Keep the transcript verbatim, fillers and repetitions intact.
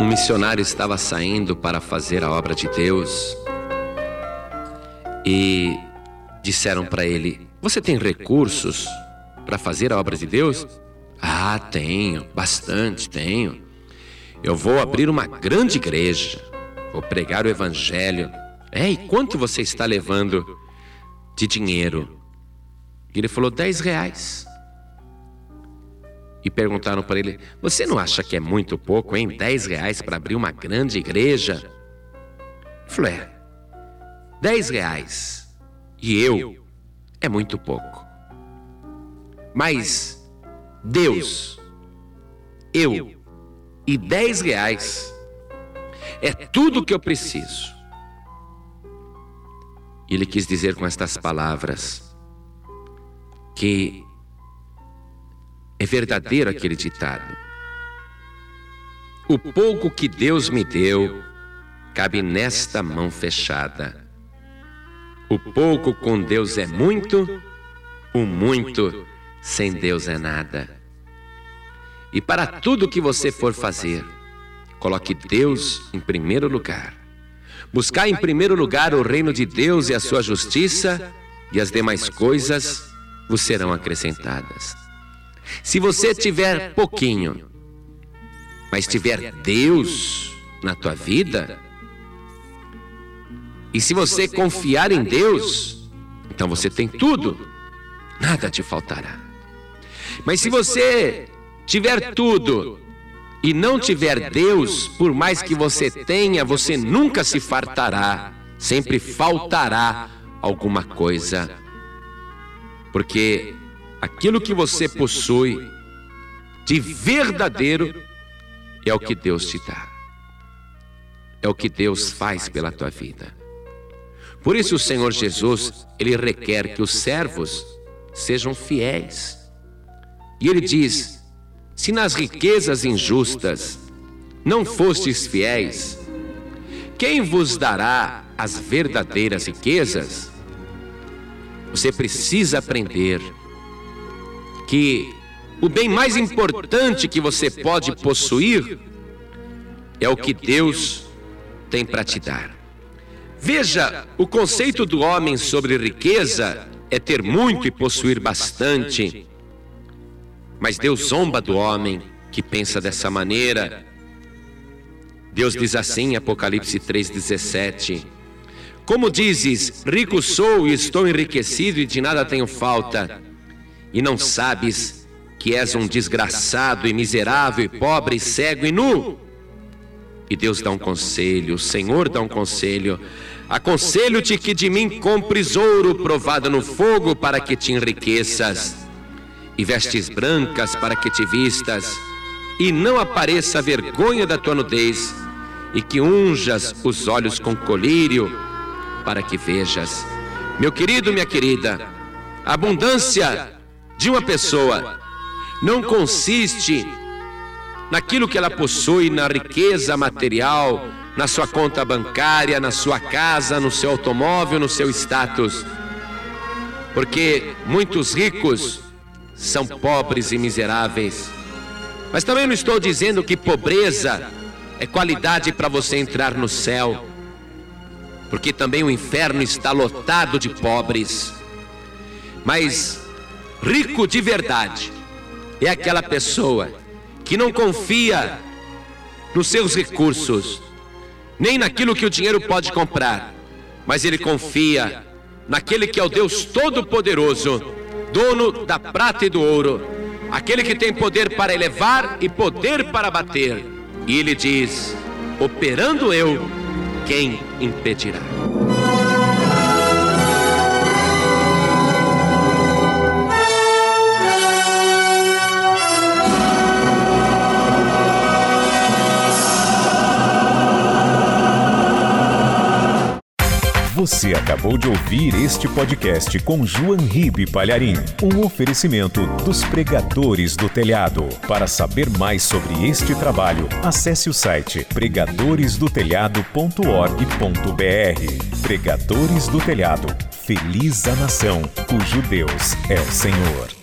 um missionário estava saindo para fazer a obra de Deus e disseram para ele: você tem recursos para fazer a obra de Deus? Ah, tenho, bastante tenho. Eu vou abrir uma grande igreja, vou pregar o evangelho. É, e quanto você está levando de dinheiro? E ele falou: dez reais. E perguntaram para ele: você não acha que é muito pouco, hein? Dez reais para abrir uma grande igreja? Ele falou: é, dez reais e eu é muito pouco. Mas Deus, eu e dez reais é tudo que eu preciso. E ele quis dizer com estas palavras que é verdadeiro aquele ditado: o pouco que Deus me deu cabe nesta mão fechada. O pouco com Deus é muito, o muito sem Deus é nada. E para tudo que você for fazer, coloque Deus em primeiro lugar. Buscar em primeiro lugar o reino de Deus e a sua justiça, e as demais coisas vos serão acrescentadas. Se você tiver pouquinho, mas tiver Deus na tua vida, e se você confiar em Deus, então você tem tudo, nada te faltará. Mas se você tiver tudo e não tiver Deus, por mais que você tenha, você nunca se fartará, sempre faltará alguma coisa, porque aquilo que você possui de verdadeiro é o que Deus te dá, é o que Deus faz pela tua vida. Por isso o Senhor Jesus, Ele requer que os servos sejam fiéis. E Ele diz: se nas riquezas injustas não fostes fiéis, quem vos dará as verdadeiras riquezas? Você precisa aprender que o bem mais importante que você pode possuir é o que Deus tem para te dar. Veja, o conceito do homem sobre riqueza é ter muito e possuir bastante. Mas Deus zomba do homem que pensa dessa maneira. Deus diz assim em Apocalipse três, dezessete: como dizes, rico sou e estou enriquecido e de nada tenho falta, e não sabes que és um desgraçado e miserável e pobre, e cego e nu? E Deus dá um conselho, o Senhor dá um conselho: aconselho-te que de mim compres ouro provado no fogo para que te enriqueças, e vestes brancas para que te vistas, e não apareça a vergonha da tua nudez, e que unjas os olhos com colírio para que vejas. Meu querido, minha querida, a abundância de uma pessoa não consiste naquilo que ela possui, na riqueza material, na sua conta bancária, na sua casa, no seu automóvel, no seu status. Porque muitos ricos são pobres e miseráveis. Mas também não estou dizendo que pobreza é qualidade para você entrar no céu, porque também o inferno está lotado de pobres. Mas rico de verdade é aquela pessoa que não confia nos seus recursos, nem naquilo que o dinheiro pode comprar, mas ele confia naquele que é o Deus Todo-Poderoso, dono da prata e do ouro, aquele que tem poder para elevar e poder para abater. E ele diz: operando eu, quem impedirá? Você acabou de ouvir este podcast com João Ribe Palharim, um oferecimento dos Pregadores do Telhado. Para saber mais sobre este trabalho, acesse o site pregadores do telhado ponto org ponto br. Pregadores do Telhado, feliz a nação cujo Deus é o Senhor.